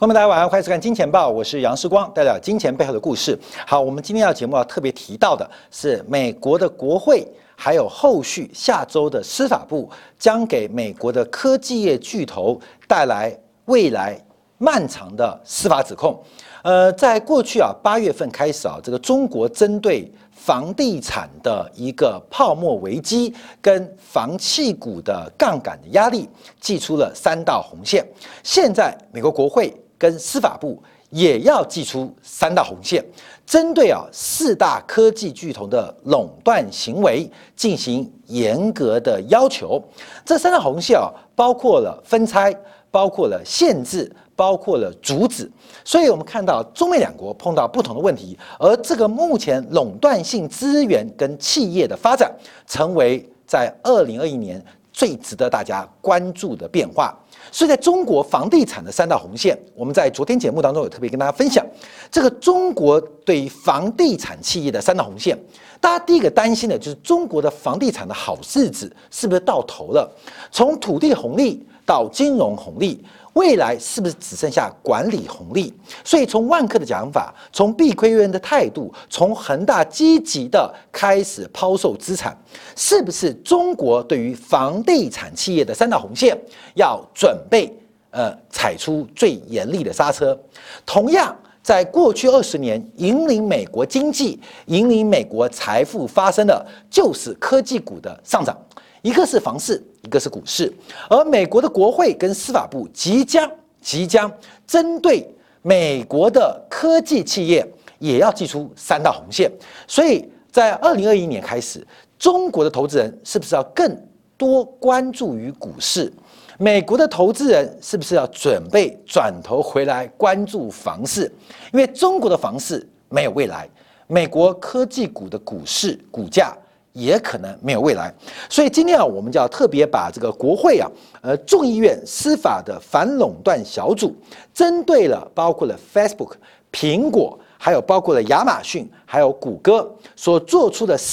朋友们，大家晚上欢迎收看《金钱报》，我是杨世光，带来金钱背后的故事。好，我们今天节目要特别提到的是美国的国会，还有后续下周的司法部将给美国的科技业巨头带来未来漫长的司法指控。在过去8月份开始这个中国针对房地产的一个泡沫危机跟房企股的杠杆的压力，祭出了3道红线。现在美国国会跟司法部也要祭出3道红线，针对4大科技巨头的垄断行为进行严格的要求。这3道红线包括了分拆，包括了限制，包括了阻止。所以我们看到中美两国碰到不同的问题，而这个目前垄断性资源跟企业的发展，成为在2021年最值得大家关注的变化。所以在中国房地产的3道红线，我们在昨天节目当中有特别跟大家分享，这个中国对于房地产企业的3道红线，大家第一个担心的就是中国的房地产的好日子是不是到头了？从土地红利到金融红利，未来是不是只剩下管理红利？所以从万科的讲法，从碧桂园的态度，从恒大积极的开始抛售资产，是不是中国对于房地产企业的3道红线要准备踩出最严厉的刹车？同样，在过去20年引领美国经济、引领美国财富发生的，就是科技股的上涨。一个是房市，一个是股市，而美国的国会跟司法部即将针对美国的科技企业也要祭出3道红线。所以在2021年开始，中国的投资人是不是要更多关注于股市？美国的投资人是不是要准备转头回来关注房市？因为中国的房市没有未来，美国科技股的股市股价也可能没有未来。所以今天我们就要特别把这个国会众议院司法的反垄断小组，针对了包括了 Facebook、苹果，还有包括了亚马逊，还有谷歌所做出的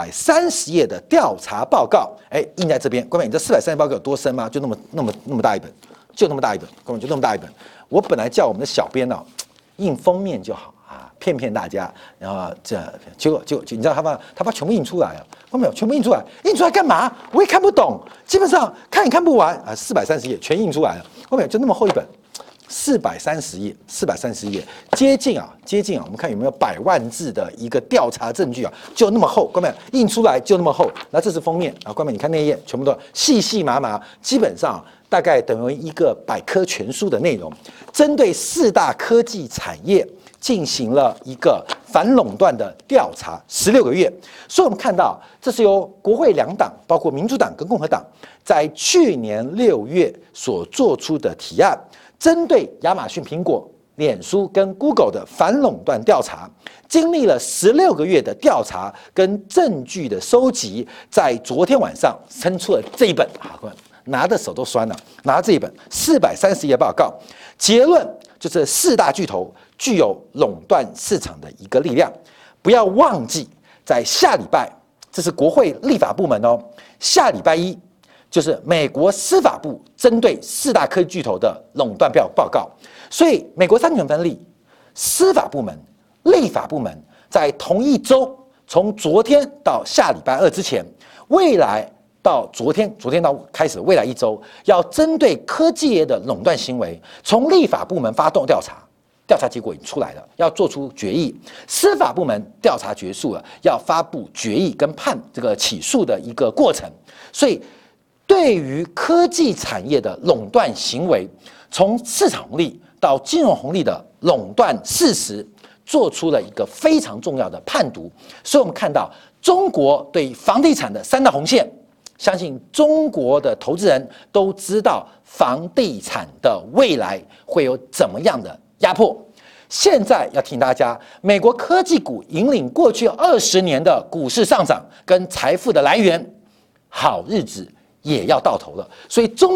430页的调查报告，印在这边。各位，你这430页报告有多深吗？就那么大一本，就那么大一本，各位就那么大一本。我本来叫我们的小编印封面就好。骗大家，然后结果你知道他把全部印出来看到没有？全部印出来干嘛？我也看不懂，基本上看也看不完430页全印出来了，看到没有？就那么厚一本，430页，接近，我们看有没有100万字的一个调查证据就那么厚，看到没有？印出来就那么厚。那这是封面看到没有？你看那一页全部都细细麻麻，基本上大概等于一个百科全书的内容，针对4大科技产业进行了一个反垄断的调查，16个月。所以我们看到，这是由国会2党，包括民主党跟共和党，在去年6月所做出的提案，针对亚马逊、苹果、脸书跟 Google 的反垄断调查，经历了16个月的调查跟证据的收集，在昨天晚上生出了这一本拿的手都酸了，拿这一本430页报告，结论就是4大巨头具有垄断市场的一个力量。不要忘记，在下礼拜，这是国会立法部门下礼拜一就是美国司法部针对4大科技巨头的垄断报告。所以美国3权分立，司法部门、立法部门在同一周，从昨天到下礼拜2之前，未来到昨天到开始，未来1周要针对科技业的垄断行为，从立法部门发动调查，调查结果已经出来了，要做出决议；司法部门调查结束了，要发布决议跟这个起诉的一个过程。所以，对于科技产业的垄断行为，从市场红利到金融红利的垄断事实，做出了一个非常重要的判读。所以我们看到中国对房地产的3道红线。相信中国的投资人都知道房地产的未来会有怎么样的压迫。现在要提醒大家，美国科技股引领过去20年的股市上涨跟财富的来源，好日子也要到头了。所以中美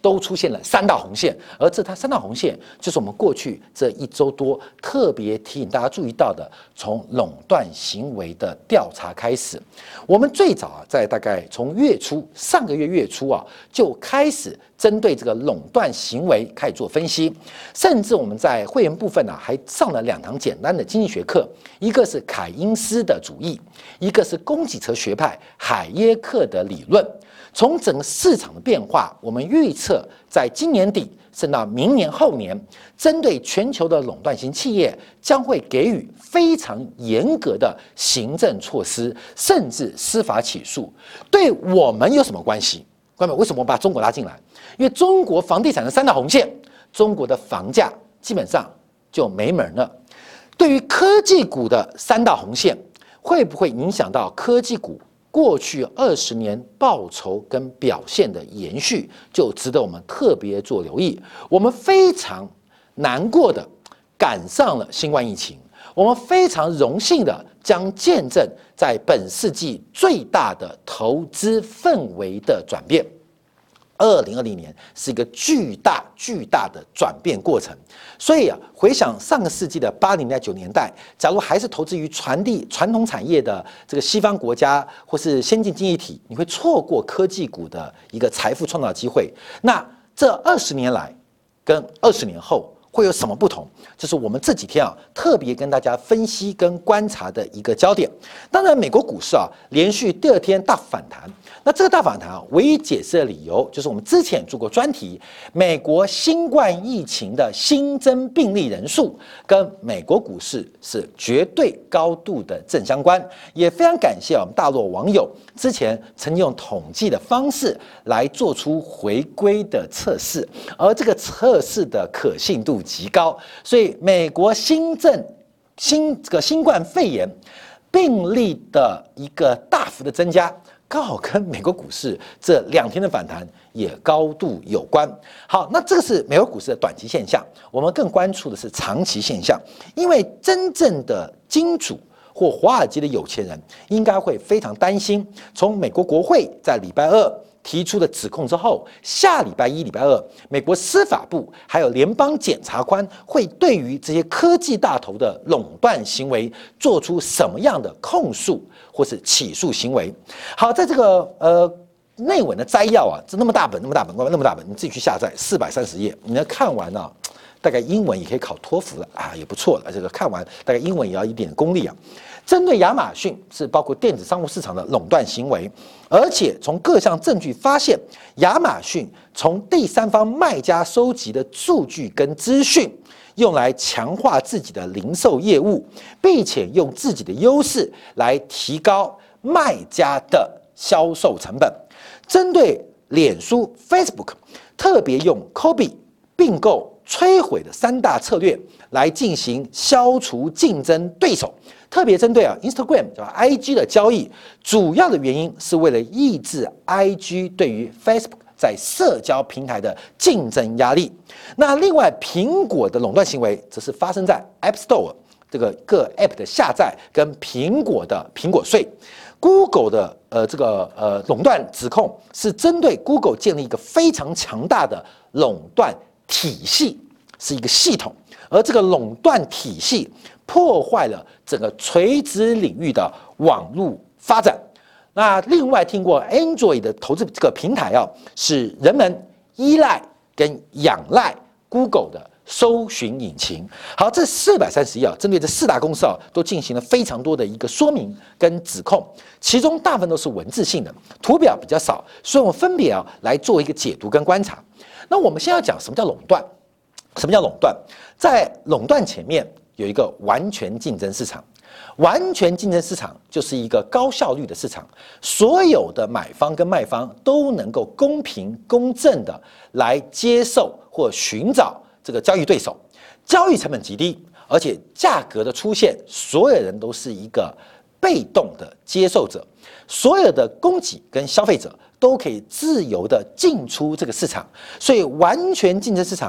都出现了三道红线，而它三道红线就是我们过去这1周多特别提醒大家注意到的，从垄断行为的调查开始。我们最早在大概从上个月月初就开始针对这个垄断行为开始做分析，甚至我们在会员部分还上了2堂简单的经济学课，一个是凯因斯的主义，一个是供给侧学派海耶克的理论。从整个市场的变化，我们预测在今年底甚至到明年后年，针对全球的垄断型企业将会给予非常严格的行政措施，甚至司法起诉。对我们有什么关系？各位，为什么我把中国拉进来？因为中国房地产的三道红线，中国的房价基本上就没门了。对于科技股的三道红线，会不会影响到科技股过去20年报酬跟表现的延续，就值得我们特别做留意。我们非常难过的赶上了新冠疫情，我们非常荣幸的将见证在本世纪最大的投资氛围的转变。2020年是一个巨大的转变过程，所以回想上个世纪的80年代、90年代，假如还是投资于传统产业的这个西方国家或是先进经济体，你会错过科技股的一个财富创造机会。那这20年来跟20年后会有什么不同？这是我们这几天特别跟大家分析跟观察的一个焦点。当然，美国股市连续第2天大反弹。那这个大反弹唯一解释的理由就是我们之前做过专题，美国新冠疫情的新增病例人数跟美国股市是绝对高度的正相关。也非常感谢我们大陆网友之前曾经用统计的方式来做出回归的测试，而这个测试的可信度极高，所以美国新冠肺炎病例的一个大幅的增加，刚好跟美国股市这2天的反弹也高度有关。好，那这个是美国股市的短期现象，我们更关注的是长期现象，因为真正的金主或华尔街的有钱人应该会非常担心，从美国国会在礼拜2提出的指控之后，下礼拜1、礼拜2，美国司法部还有联邦检察官会对于这些科技大头的垄断行为做出什么样的控诉或是起诉行为。好，在这个内文的摘要这那么大本，你自己去下载430页，你要看完大概英文也可以考托福了也不错了。这个看完大概英文也要一点功力针对亚马逊是包括电子商务市场的垄断行为，而且从各项证据发现，亚马逊从第三方卖家收集的数据跟资讯，用来强化自己的零售业务，并且用自己的优势来提高卖家的销售成本。针对脸书 Facebook， 特别用 Kobe 并购摧毁的3大策略来进行消除竞争对手，特别针对Instagram 叫 IG 的交易，主要的原因是为了抑制 IG 对于 Facebook 在社交平台的竞争压力。那另外，苹果的垄断行为则是发生在 App Store 这个各 App 的下载跟苹果的苹果税。Google 的垄断指控是针对 Google 建立一个非常强大的垄断体系，是一个系统，而这个垄断体系破坏了整个垂直领域的网络发展。那另外听过 Android 的投资这个平台是人们依赖跟仰赖 Google 的搜寻引擎。好，这430页针对这4大公司都进行了非常多的一个说明跟指控，其中大部分都是文字性的，图表比较少，所以我们分别来做一个解读跟观察。那我们先要讲什么叫垄断？什么叫垄断？在垄断前面有一个完全竞争市场。完全竞争市场就是一个高效率的市场，所有的买方跟卖方都能够公平公正的来接受或寻找这个交易对手，交易成本极低，而且价格的出现，所有人都是一个被动的接受者，所有的供给跟消费者都可以自由的进出这个市场，所以完全竞争市场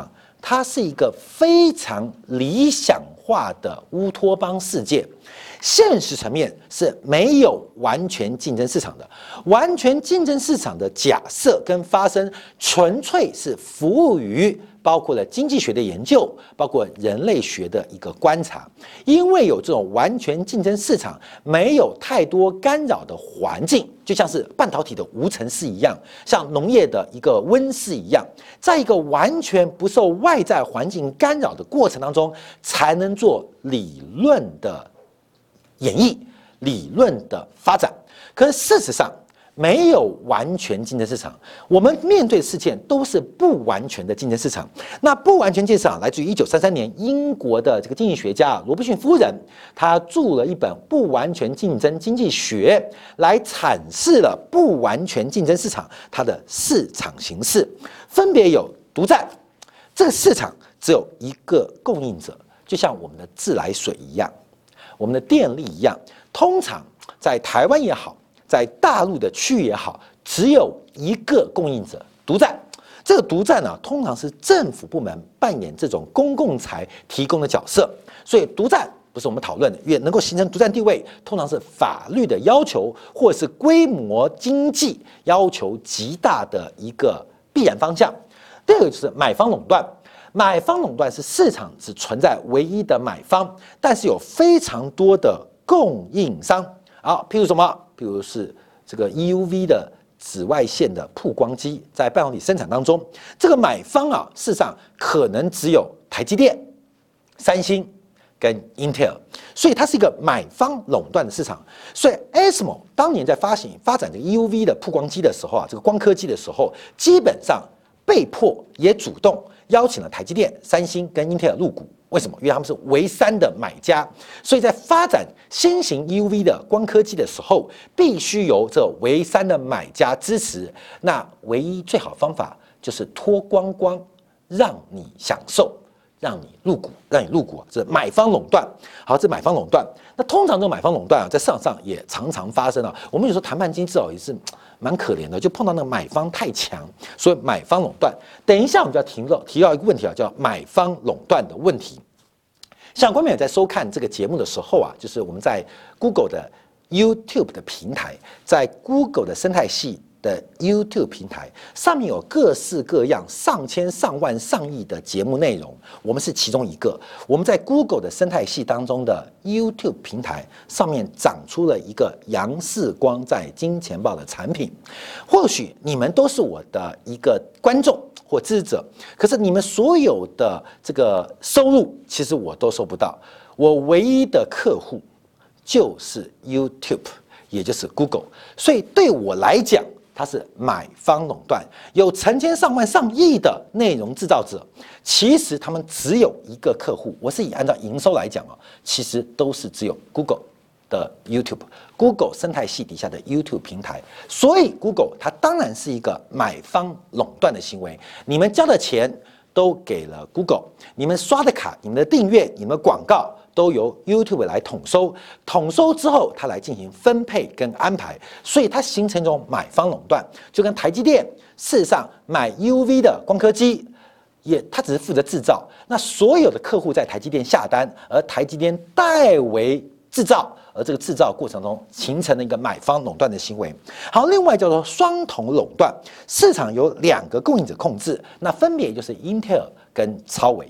它是一个非常理想化的乌托邦世界。现实层面是没有完全竞争市场的，完全竞争市场的假设跟发生，纯粹是服务于包括了经济学的研究，包括人类学的一个观察。因为有这种完全竞争市场，没有太多干扰的环境，就像是半导体的无尘室一样，像农业的一个温室一样，在一个完全不受外在环境干扰的过程当中，才能做理论的演绎、理论的发展。可是事实上，没有完全竞争市场，我们面对的事件都是不完全的竞争市场。那不完全竞争市场来自于1933年英国的这个经济学家罗伯逊夫人，她著了一本《不完全竞争经济学》，来阐释了不完全竞争市场它的市场形式，分别有独占，这个市场只有一个供应者，就像我们的自来水一样，我们的电力一样，通常在台湾也好，在大陆的区域也好，只有一个供应者独占。这个独占呢，通常是政府部门扮演这种公共财提供的角色，所以独占不是我们讨论的，因为能够形成独占地位，通常是法律的要求，或者是规模经济要求极大的一个必然方向。第二个就是买方垄断。买方垄断是市场只存在唯一的买方，但是有非常多的供应商。好，譬如什么？譬如是这个 EUV 的紫外线的曝光机，在半导体生产当中，这个买方啊，事实上可能只有台积电、三星跟 Intel， 所以它是一个买方垄断的市场。所以 ASML 当年在发展这个 EUV 的曝光机的时候啊，这个光刻机的时候，基本上被迫也主动邀请了台积电、三星跟英特尔入股。为什么？因为他们是唯三的买家，所以在发展新型 EUV 的光刻机的时候，必须由这唯三的买家支持。那唯一最好的方法就是脱光光，让你享受，让你入股，这是买方垄断。好，这买方垄断。那通常这种买方垄断啊，在市场上也常常发生啊。我们有时候谈判经济也是蛮可怜的，就碰到那个买方太强，所以买方垄断。等一下我们就要提到一个问题啊，叫买方垄断的问题。像观众也在收看这个节目的时候啊，就是我们在 Google 的 YouTube 的平台，在 Google 的生态系的 YouTube 平台上面有各式各样上千上万上亿的节目内容，我们是其中一个。我们在 Google 的生态系当中的 YouTube 平台上面长出了一个杨世光在金钱豹的产品。或许你们都是我的一个观众或支持者，可是你们所有的这个收入，其实我都收不到。我唯一的客户就是 YouTube， 也就是 Google， 所以对我来讲，它是买方垄断，有成千上万上亿的内容制造者，其实他们只有一个客户。我是以按照营收来讲啊，其实都是只有 Google 的 YouTube，Google 生态系底下的 YouTube 平台，所以 Google 它当然是一个买方垄断的行为。你们交的钱都给了 Google， 你们刷的卡、你们的订阅、你们的广告都由 YouTube 来统收，统收之后它来进行分配跟安排，所以它形成一种买方垄断，就跟台积电事实上买 EUV 的光刻机。它只是负责制造，那所有的客户在台积电下单，而台积电代为制造，而这个制造过程中形成了一个买方垄断的行为。好，另外叫做双重垄断，市场由两个供应者控制，那分别就是英特尔跟超微。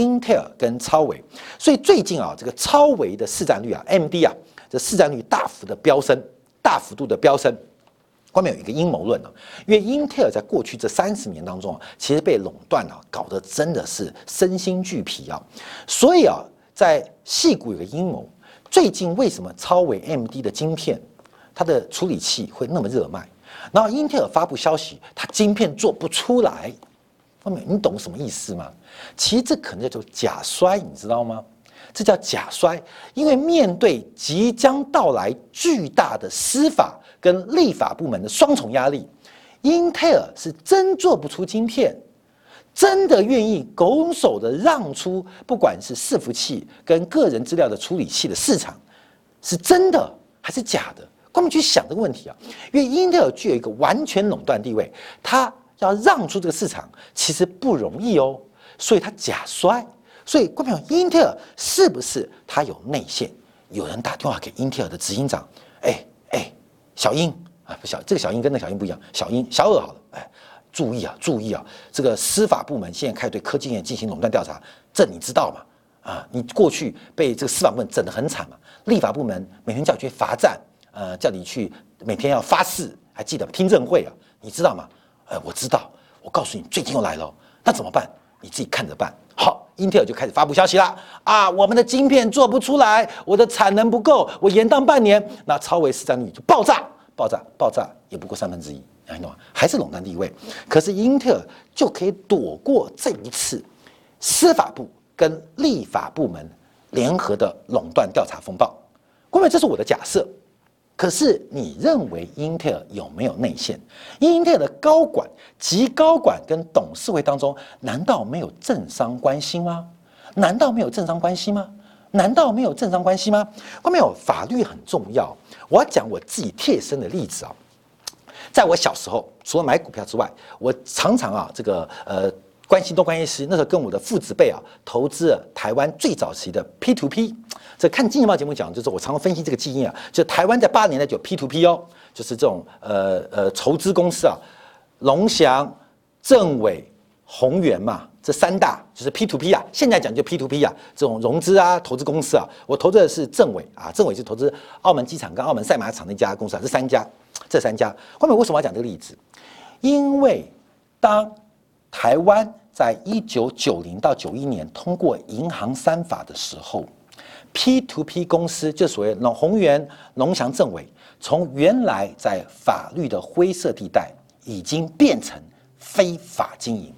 所以最近啊，这个超微的市占率啊 ，AMD 啊，这市占率大幅度的飙升。外面有一个阴谋论啊，因为英特尔在过去这30年当中啊，其实被垄断啊，搞得真的是身心俱疲啊。所以啊，在矽谷有个阴谋，最近为什么超微 AMD 的晶片，它的处理器会那么热卖？然后英特尔发布消息，它晶片做不出来，你懂什么意思吗？其实这可能叫做假衰，你知道吗？这叫假衰，因为面对即将到来巨大的司法跟立法部门的双重压力，英特尔是真做不出晶片，真的愿意拱手的让出，不管是伺服器跟个人资料的处理器的市场，是真的还是假的？光们去想这个问题啊，因为英特尔具有一个完全垄断地位，它要让出这个市场其实不容易哦。 所以它假摔。所以，观众朋友，英特尔是不是它有内线？有人打电话给英特尔的执行长，小英啊，不小，这个小英跟那个小英不一样，小英小尔好了，注意啊，这个司法部门现在开始对科技业进行垄断调查，这你知道吗？你过去被这个司法部门整得很惨嘛，立法部门每天叫你去罚站，叫你去每天要发誓，还记得吗？听证会啊，你知道吗？我知道，我告诉你，最近又来了，那怎么办？你自己看着办。好，英特尔就开始发布消息啦，我们的晶片做不出来，我的产能不够，我延宕半年，那超微市占率就爆炸，也不过1/3，你懂吗？还是垄断地位。可是英特尔就可以躲过这一次司法部跟立法部门联合的垄断调查风暴。各位，这是我的假设。可是你认为英特尔有没有内线？英特尔的高管及高管跟董事会当中，难道没有政商关系吗？难道没有政商关系吗？各位，法律很重要。我要讲我自己贴身的例子啊。在我小时候，除了买股票之外，我常常关心东关系师，那时候跟我的父子辈投资了台湾最早期的 P2P。这看金钱豹节目讲，就是我常常分析这个基因就台湾在80年代就有 P2P 就是这种筹资公司龙祥、正伟、宏源嘛，这3大就是 P2P 现在讲就 P2P 这种融资投资公司我投资的是正伟正伟是投资澳门机场跟澳门赛马场那家公司这3家。后面为什么要讲这个例子？因为当台湾在1990到91年通过银行3法的时候，P2P 公司就所谓宏源、龙祥、正伟，从原来在法律的灰色地带，已经变成非法经营，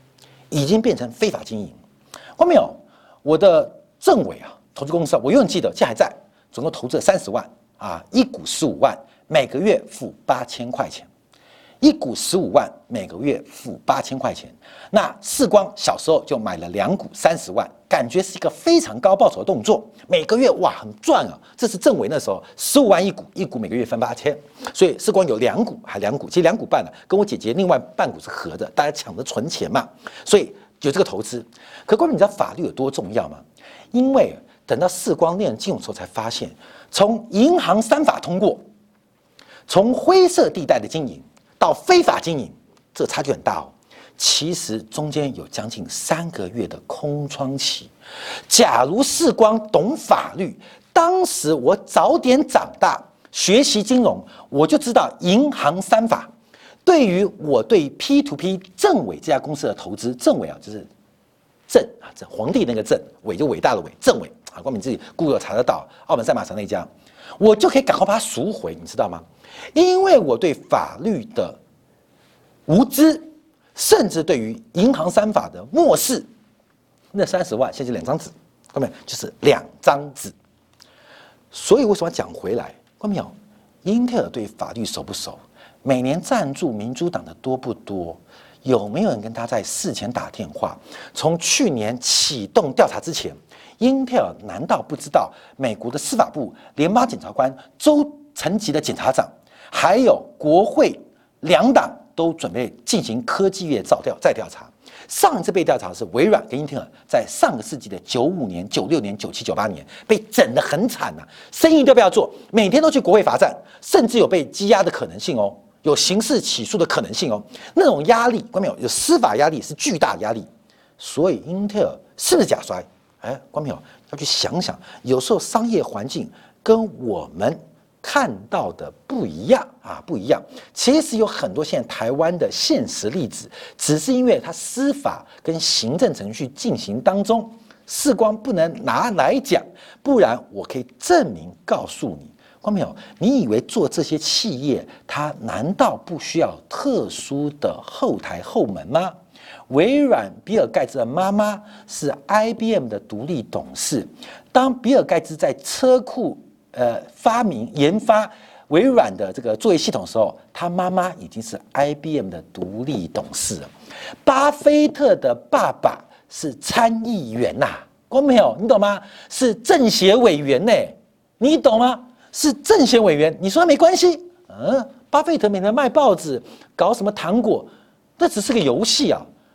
看到没有？我的正伟投资公司我永远记得，现在还在，总共投资了30万一股15万，每个月付8000块钱。一股15万，每个月付8000块钱。那世光小时候就买了2股30万，感觉是一个非常高报酬的动作，每个月很赚这是正伟那时候15万一股，一股每个月分8000，所以世光有2股，其实2股半跟我姐姐另外半股是合的，大家抢着存钱嘛，所以有这个投资。可各位，你知道法律有多重要吗？因为等到世光练金融的时候才发现，从银行3法通过，从灰色地带的经营到非法经营，这个差距很大其实中间有将近3个月的空窗期。假如世光懂法律，当时我早点长大学习金融，我就知道银行3法对于我对 P2P 正伟这家公司的投资，正伟就是正这皇帝那个正，伟就伟大的伟，正伟光明自己 Google 查得到，澳门赛马场那家，我就可以赶快把它赎回，你知道吗？因为我对法律的无知，甚至对于银行3法的漠视，那30万现在2张纸，看到没有？就是2张纸。所以为什么要讲回来？看到没有？英特尔对法律熟不熟？每年赞助民主党的多不多？有没有人跟他在事前打电话？从去年启动调查之前，英特尔难道不知道美国的司法部、联邦检察官、州层级的检察长，还有国会2党都准备进行科技业再调查？上一次被调查的是微软跟英特尔，在上个世纪的95年、96年、97、98年被整得很惨生意都不要做，每天都去国会罚站，甚至有被羁押的可能性有刑事起诉的可能性那种压力，观众朋友，有司法压力是巨大的压力。所以英特尔是不是假摔？观众朋友要去想想，有时候商业环境跟我们看到的不一样不一样。其实有很多现在台湾的现实例子，只是因为它司法跟行政程序进行当中，世光不能拿来讲，不然我可以证明告诉你。观众朋友，你以为做这些企业，它难道不需要特殊的后台后门吗？微软比尔盖茨的妈妈是 IBM 的独立董事，当比尔盖茨在车库研发微软的这个作业系统的时候，他妈妈已经是 IBM 的独立董事了。巴菲特的爸爸是参议员观众朋友，你懂吗？是政协委员你懂吗？是政协委员，你说他没关系？巴菲特每天卖报纸，搞什么糖果，那只是个游戏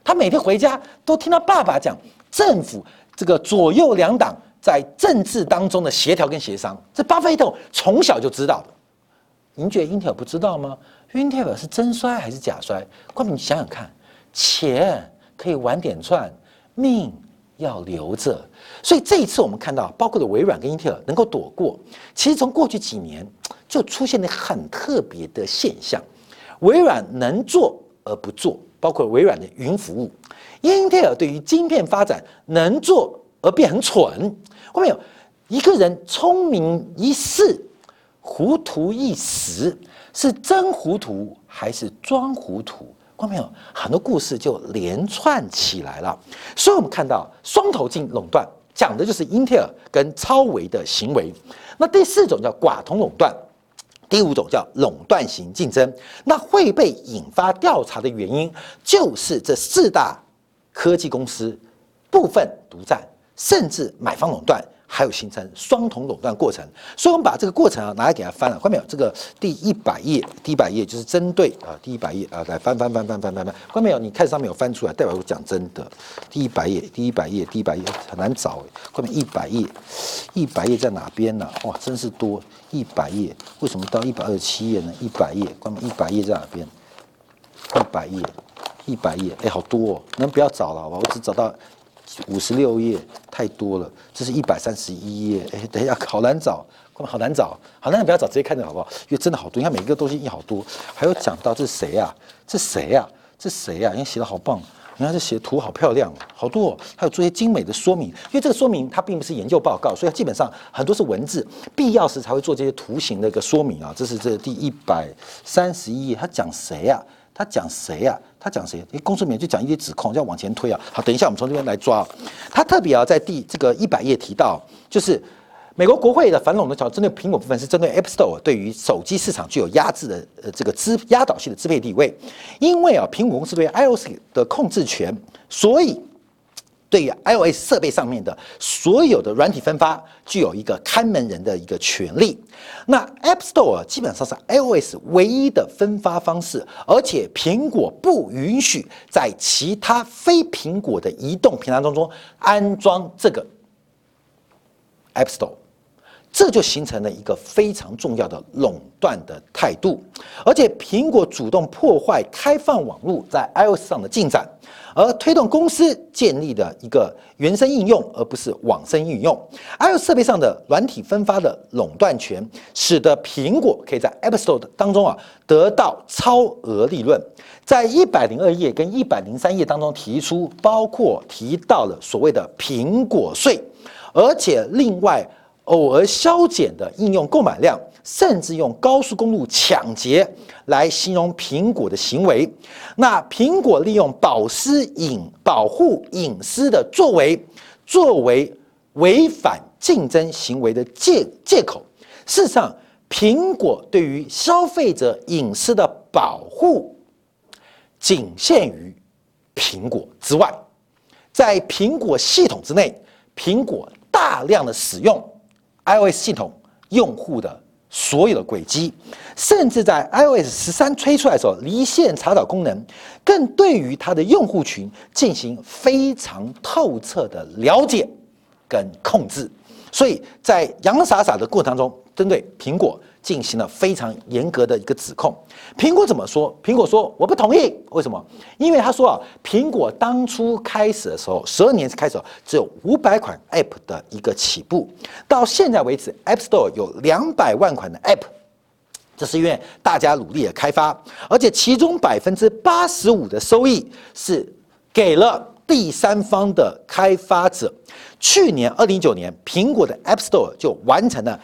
他每天回家都听他爸爸讲政府这个左右两党在政治当中的协调跟协商，这巴菲特从小就知道的。您觉得英特尔不知道吗？英特尔是真衰还是假衰？光你想想看，钱可以晚点赚，命要留着。所以这一次我们看到，包括的微软跟英特尔能够躲过，其实从过去几年就出现了很特别的现象：微软能做而不做，包括微软的云服务；英特尔对于晶片发展能做而变很蠢。看到没有？一个人聪明一世，糊涂一时，是真糊涂还是装糊涂？看到没有？很多故事就连串起来了。所以我们看到双头径垄断，讲的就是英特尔跟超微的行为。那第四种叫寡头垄断，第五种叫垄断型竞争。那会被引发调查的原因，就是这四大科技公司部分独占，甚至买方垄断，还有形成双重垄断过程。所以我们把这个过程拿来给它翻了，看到没有？这个第100页，第100页就是针对第100页来翻，看到没有？你看上面有翻出来，代表我讲真的。第100页，第100页很难找，看到没？100页在哪边呢？哇，真是多！100页，为什么到127页呢？100页，看到没？100页在哪边？100页，哎，好多哦！能不要找了好吧？我只找到56页，太多了。这是131页，哎，等一下，好难找，好难找。好，那你不要找，直接看着好不好？因为真的好多，你看每个东西好多。还有讲到这是谁啊？这谁啊？因为写的好棒，你看这写的图好漂亮，好多哦。还有做一些精美的说明，因为这个说明它并不是研究报告，所以基本上很多是文字，必要时才会做这些图形的一个说明啊。这是这第131页，他讲谁啊？他讲谁？公司里面就讲一些指控，就要往前推啊。好，等一下我们从这边来抓。他特别在这个100页提到，就是美国国会的反垄断条针对苹果部分是针对 App Store 对于手机市场具有压制的这个压倒性的支配地位，因为苹果公司对 iOS 的控制权，所以对于 iOS 设备上面的所有的软体分发具有一个看门人的一个权利。那 App Store 基本上是 iOS 唯一的分发方式，而且苹果不允许在其他非苹果的移动平台当中安装这个 App Store。这就形成了一个非常重要的垄断的态度，而且苹果主动破坏开放网络在 iOS 上的进展，而推动公司建立了一个原生应用，而不是网生应用。iOS 设备上的软体分发的垄断权，使得苹果可以在 App Store 当中得到超额利润。在102页跟103页当中包括提到了所谓的苹果税，而且另外偶尔削减的应用购买量，甚至用高速公路抢劫来形容苹果的行为。那苹果利用保护隐私的作为违反竞争行为的借口。事实上，苹果对于消费者隐私的保护仅限于苹果之外，在苹果系统之内，苹果大量的使用iOS 系统用户的所有的轨迹，甚至在 iOS 13推出来的时候，离线查找功能更对于它的用户群进行非常透彻的了解跟控制。所以在洋洋洒洒的过程当中，针对苹果进行了非常严格的一个指控。苹果怎么说？苹果说我不同意。为什么？因为他说苹果当初开始的时候，12年开始只有500款 App 的一个起步，到现在为止 ，App Store 有200万款的 App。这是因为大家努力的开发，而且其中85%的收益是给了第三方的开发者。去年2019年，苹果的 App Store 就完成了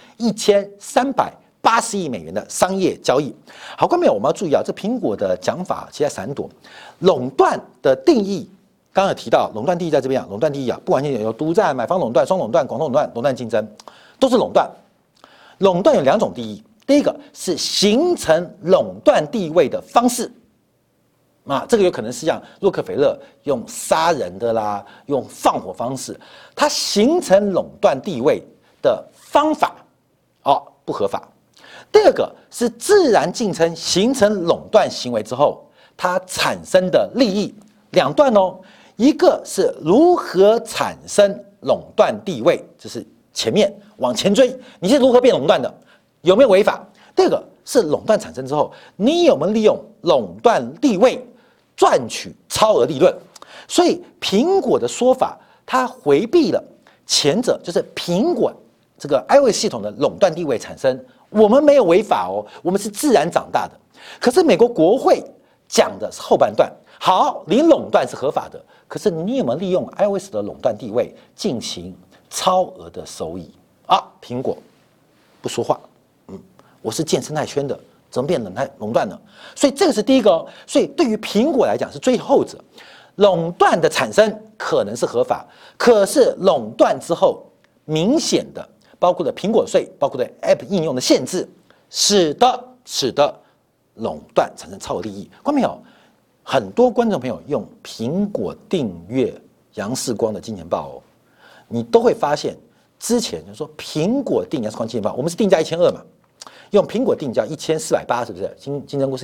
1380亿美元的商业交易。好，观众朋友，我们要注意这苹果的讲法其实在闪躲。垄断的定义，刚刚有提到，垄断定义在这边垄断定义不完全有独占、买方垄断、双垄断、广东垄断、垄断竞争，都是垄断。垄断有2种定义，第一个是形成垄断地位的方式。这个有可能是像洛克菲勒用杀人的啦，用放火方式，它形成垄断地位的方法，不合法。第二个是自然竞争形成垄断行为之后，它产生的利益两段哦，一个是如何产生垄断地位，这是前面往前追，你是如何变垄断的，有没有违法？第二个是垄断产生之后，你有没有利用垄断地位赚取超额利润？所以苹果的说法，它回避了前者，就是苹果这个 iOS 系统的垄断地位产生，我们没有违法哦，我们是自然长大的。可是美国国会讲的是后半段，好，你垄断是合法的，可是你有没有利用 iOS 的垄断地位进行超额的收益啊？苹果不说话，我是建生态圈的，怎么变垄断呢？所以这个是第一个哦。所以对于苹果来讲是追后者，垄断的产生可能是合法，可是垄断之后明显的，包括了苹果税，包括了 App 应用的限制，使得垄断产生超额利益。观众朋友，很多观众朋友用苹果订阅杨世光的金钱豹哦，你都会发现之前就说苹果订杨世光金钱豹，我们是定价1200嘛。用苹果定价1480，是不是？金针菇是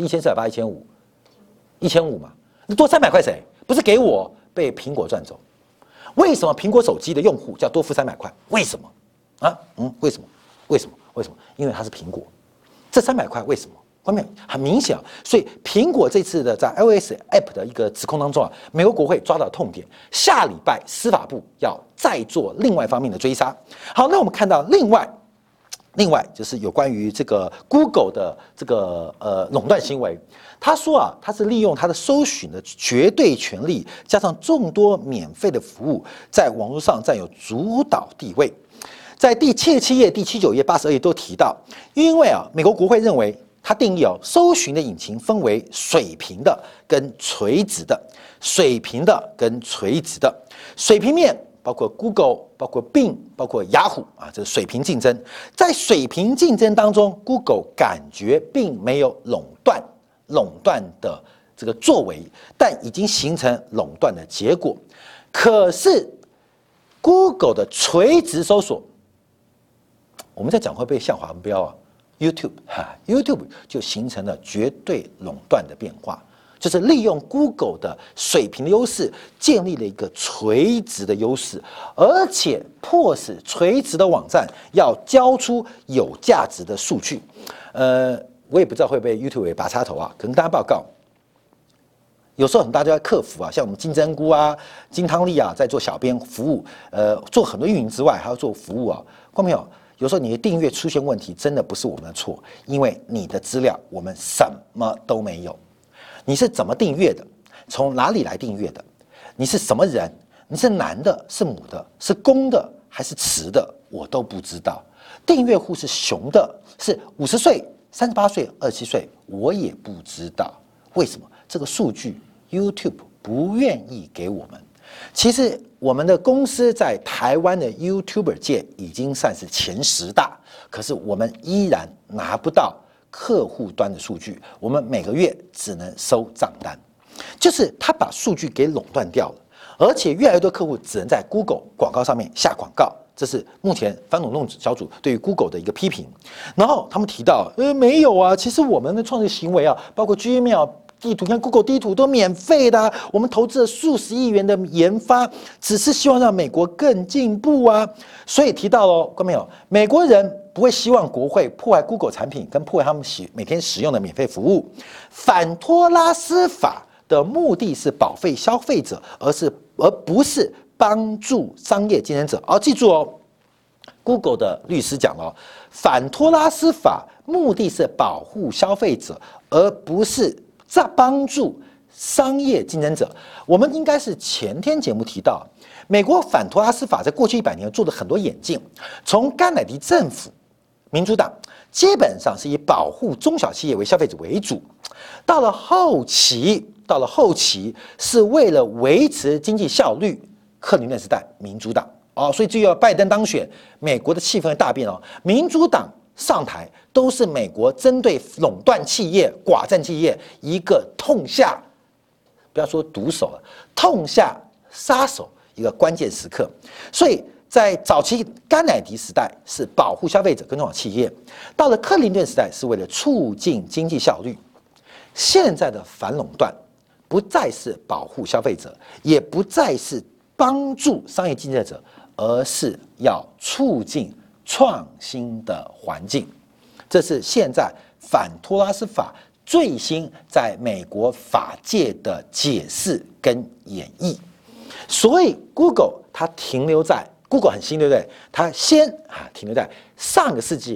1480、1500嘛？你多300块谁？不是给我，被苹果赚走。为什么苹果手机的用户就要多付300块？为什么？啊？为什么？因为它是苹果，这300块为什么？观众很明显啊，所以苹果这次的在 iOS App 的一个指控当中啊，美国国会抓到痛点，下礼拜司法部要再做另外方面的追杀。好，那我们看到另外就是有关于这个 Google 的这个垄断行为，他说啊，他是利用他的搜寻的绝对权利，加上众多免费的服务，在网络上占有主导地位。在第77页、第79页、82页都提到，因为啊，美国国会认为它定义搜寻的引擎分为水平的跟垂直的，水平面。包括 Google、包括 Bing、包括雅虎啊，这是水平竞争。在水平竞争当中 ，Google 感觉并没有垄断的这个作为，但已经形成垄断的结果。可是 Google 的垂直搜索，我们在讲会被向黄标啊 ，YouTube 就形成了绝对垄断的变化。就是利用 Google 的水平的优势，建立了一个垂直的优势，而且迫使垂直的网站要交出有价值的数据。我也不知道会被 YouTube 拔插头啊，可能大家报告。有时候很多大家客服啊，像我们金针菇啊、金汤力啊，在做小编服务，做很多运营之外，还要做服务啊。观众朋友，有时候你的订阅出现问题，真的不是我们的错，因为你的资料我们什么都没有。你是怎么订阅的？从哪里来订阅的？你是什么人？你是男的，是母的，是公的还是雌的？我都不知道。订阅户是雄的，是50岁、38岁、27岁，我也不知道。为什么？这个数据 YouTube 不愿意给我们。其实我们的公司在台湾的 YouTuber 界已经算是前10大，可是我们依然拿不到客户端的数据，我们每个月只能收账单，就是他把数据给垄断掉了，而且越来越多客户只能在 Google 广告上面下广告，这是目前反垄断小组对于 Google 的一个批评。然后他们提到，没有啊，其实我们的创业行为啊，包括 Gmail。地图，看 Google 地图都免费的啊，我们投资了数十亿元的研发，只是希望让美国更进步啊。所以提到了，看到没有？美国人不会希望国会破坏 Google 产品，跟破坏他们每天使用的免费服务。反托拉斯法的目的是保卫消费者，而不是帮助商业竞争者。记住哦 ，Google 的律师讲了，反托拉斯法目的是保护消费者，而不是在帮助商业竞争者。我们应该是前天节目提到，美国反托拉斯法在过去100年做了很多演进，从甘乃迪政府、民主党基本上是以保护中小企业为消费者为主，到了后期是为了维持经济效率，克林顿时代民主党所以只有拜登当选，美国的气氛会大变民主党上台都是美国针对垄断企业、寡占企业一个痛下，不要说毒手了，痛下杀手一个关键时刻。所以在早期甘乃迪时代是保护消费者跟中小企业，到了克林顿时代是为了促进经济效率。现在的反垄断不再是保护消费者，也不再是帮助商业竞争者，而是要促进创新的环境。这是现在反托拉斯法最新在美国法界的解释跟演绎。所以 Google 它停留在 Google 很新，对不对？它先停留在上个世纪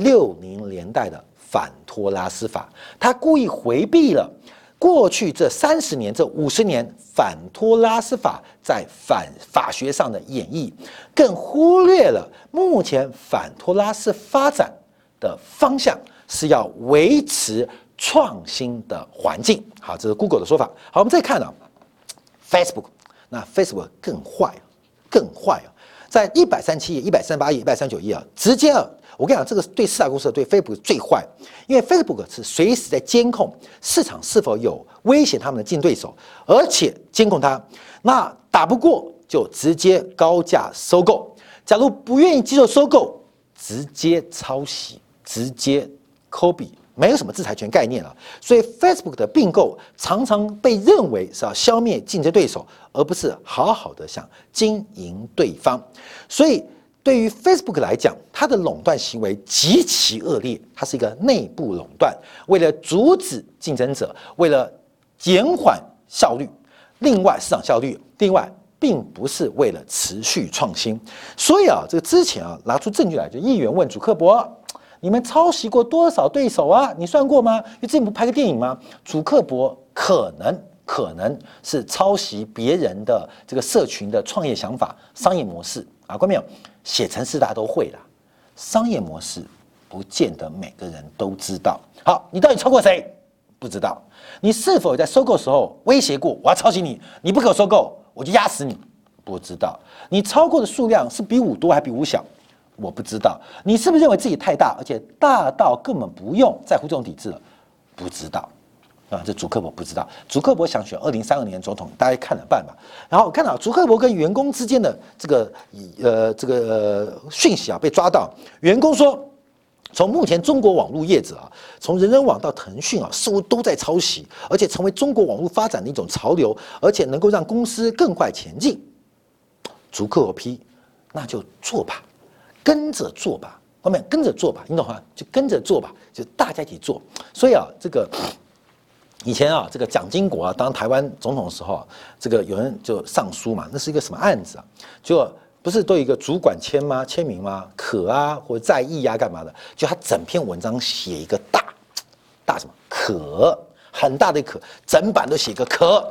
60年代的反托拉斯法，它故意回避了过去这30年、这50年反托拉斯法在法学上的演绎，更忽略了目前反托拉斯发展的方向是要维持创新的环境。好，这是 Google 的说法。好，我们再看Facebook， 那 Facebook 更坏，在137页、138页、139页直接我跟你讲，这个对4大公司对 Facebook 最坏，因为 Facebook 是随时在监控市场是否有威胁他们的竞争对手，而且监控它，那打不过就直接高价收购，假如不愿意接受收购，直接抄袭，直接 copy。没有什么制裁权概念了，所以 Facebook 的并购常常被认为是要消灭竞争对手，而不是好好的想经营对方。所以对于 Facebook 来讲，它的垄断行为极其恶劣，它是一个内部垄断，为了阻止竞争者，为了减缓效率，另外市场效率，另外并不是为了持续创新。所以这个之前拿出证据来，就议员问祖克伯，你们抄袭过多少对手啊？你算过吗？因为之前不拍个电影吗？祖克伯可能是抄袭别人的这个社群的创业想法、商业模式啊。观众朋友，写程式大家都会啦，商业模式不见得每个人都知道。好，你到底抄过谁？不知道。你是否在收购时候威胁过我要抄袭你？你不给我收购，我就压死你？不知道。你超过的数量是比5多还比5小？我不知道。你是不是认为自己太大，而且大到根本不用在乎这种抵制了？不知道这祖克伯不知道。祖克伯想选2032年总统，大家看着办吧。然后看到祖克伯跟员工之间的这个讯息被抓到，员工说，从目前中国网络业者从人人网到腾讯似乎都在抄袭，而且成为中国网络发展的一种潮流，而且能够让公司更快前进。祖克伯批，那就做吧。跟着做吧，后面跟着做吧，你懂吗？就跟着做吧，就大家一起做。所以这个以前这个蒋经国当台湾总统的时候，这个有人就上书嘛，那是一个什么案子就不是都有一个主管签名吗？可或者在意干嘛的？就他整篇文章写一个大什么可，很大的可，整版都写一个可。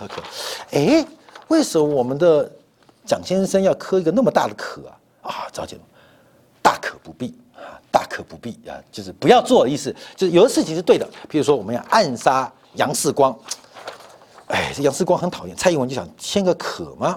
为什么我们的蒋先生要刻一个那么大的可赵杰，大可不必就是不要做的意思。就是有的事情是对的，譬如说我们要暗杀杨世光，这杨世光很讨厌，蔡英文就想签个可吗？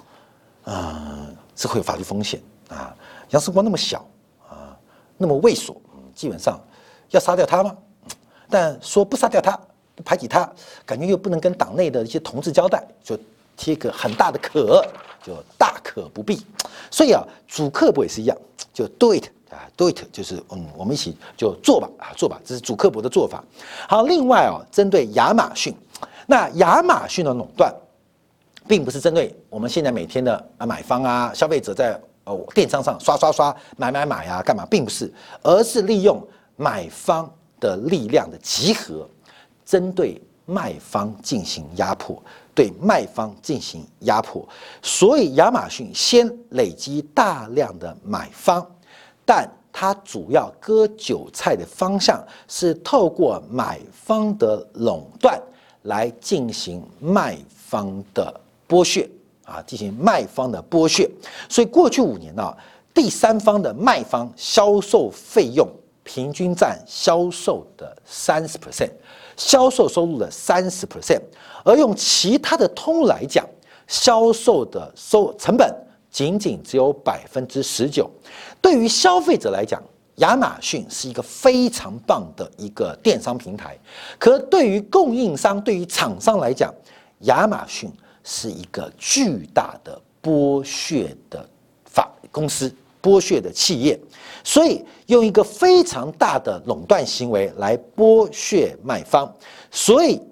这会有法律风险杨世光那么小那么猥琐，基本上要杀掉他吗？但说不杀掉他，不排挤他，感觉又不能跟党内的一些同志交代，就贴个很大的可，就大可不必。所以祖克伯也是一样，就 do it 就是我们一起就做吧，这是祖克伯的做法。好，另外针对亚马逊，那亚马逊的垄断，并不是针对我们现在每天的买方消费者在电商上刷买干嘛，并不是，而是利用买方的力量的集合，针对卖方进行压迫，对卖方进行压迫。所以亚马逊先累积大量的买方，但它主要割韭菜的方向是透过买方的垄断来进行卖方的剥削进行卖方的剥削。所以过去5年第三方的卖方销售费用平均占销售的30%，销售收入的30%，而用其他的通路来讲，销售的成本仅只有19%。对于消费者来讲，亚马逊是一个非常棒的一个电商平台，可对于供应商、对于厂商来讲，亚马逊是一个巨大的剥削的公司，剥削的企业，所以用一个非常大的垄断行为来剥削卖方。所以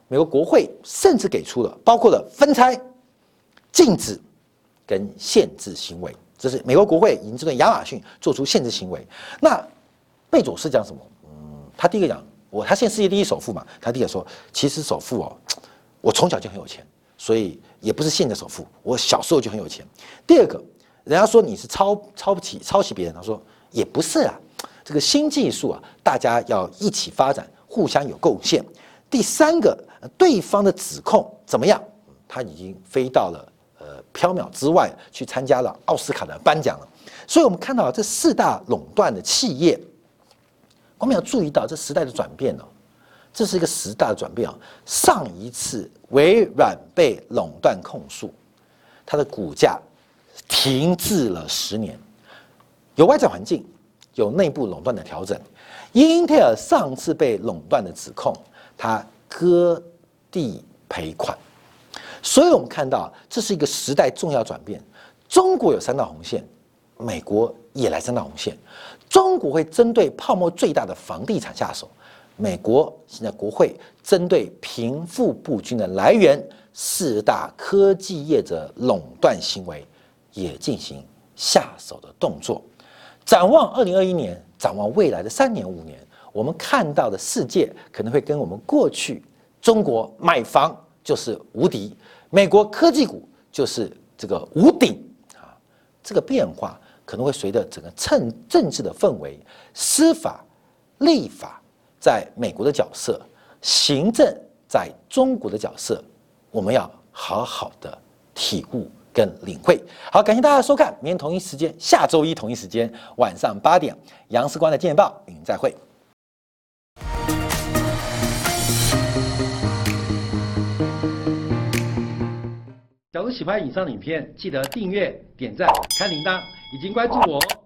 美国国会甚至给出了包括了分拆、禁止跟限制行为，这是美国国会已经针对亚马逊做出限制行为。那贝佐斯讲什么？他第一个讲，他现在世界第一首富嘛，他第一个说，其实首富哦，我从小就很有钱，所以也不是现在首富，我小时候就很有钱。第二个，人家说你是抄袭别人，他说也不是啊，这个新技术啊，大家要一起发展，互相有贡献。第三个，对方的指控怎么样？他已经飞到了缥缈之外，去参加了奥斯卡的颁奖了。所以我们看到这4大垄断的企业，我们要注意到这时代的转变了。这是一个时代的转变啊！上一次微软被垄断控诉，它的股价停滞了10年，有外在环境，有内部垄断的调整。英特尔上次被垄断的指控，它割地赔款。所以我们看到这是一个时代重要转变。中国有3道红线，美国也来3道红线。中国会针对泡沫最大的房地产下手，美国现在国会针对贫富不均的来源，4大科技业者垄断行为也进行下手的动作。展望2021年，展望未来的3年5年，我们看到的世界可能会跟我们过去中国买房就是无敌，美国科技股就是这个无顶啊，这个变化可能会随着整个政治的氛围、司法、立法在美国的角色、行政在中国的角色，我们要好好的体悟跟领会。好，感谢大家的收看，明天同一时间，下周一同一时间晚上8点，杨世光的《见报》与您再会。假如喜欢以上的影片，记得订阅、点赞、开铃铛，已经关注我哦。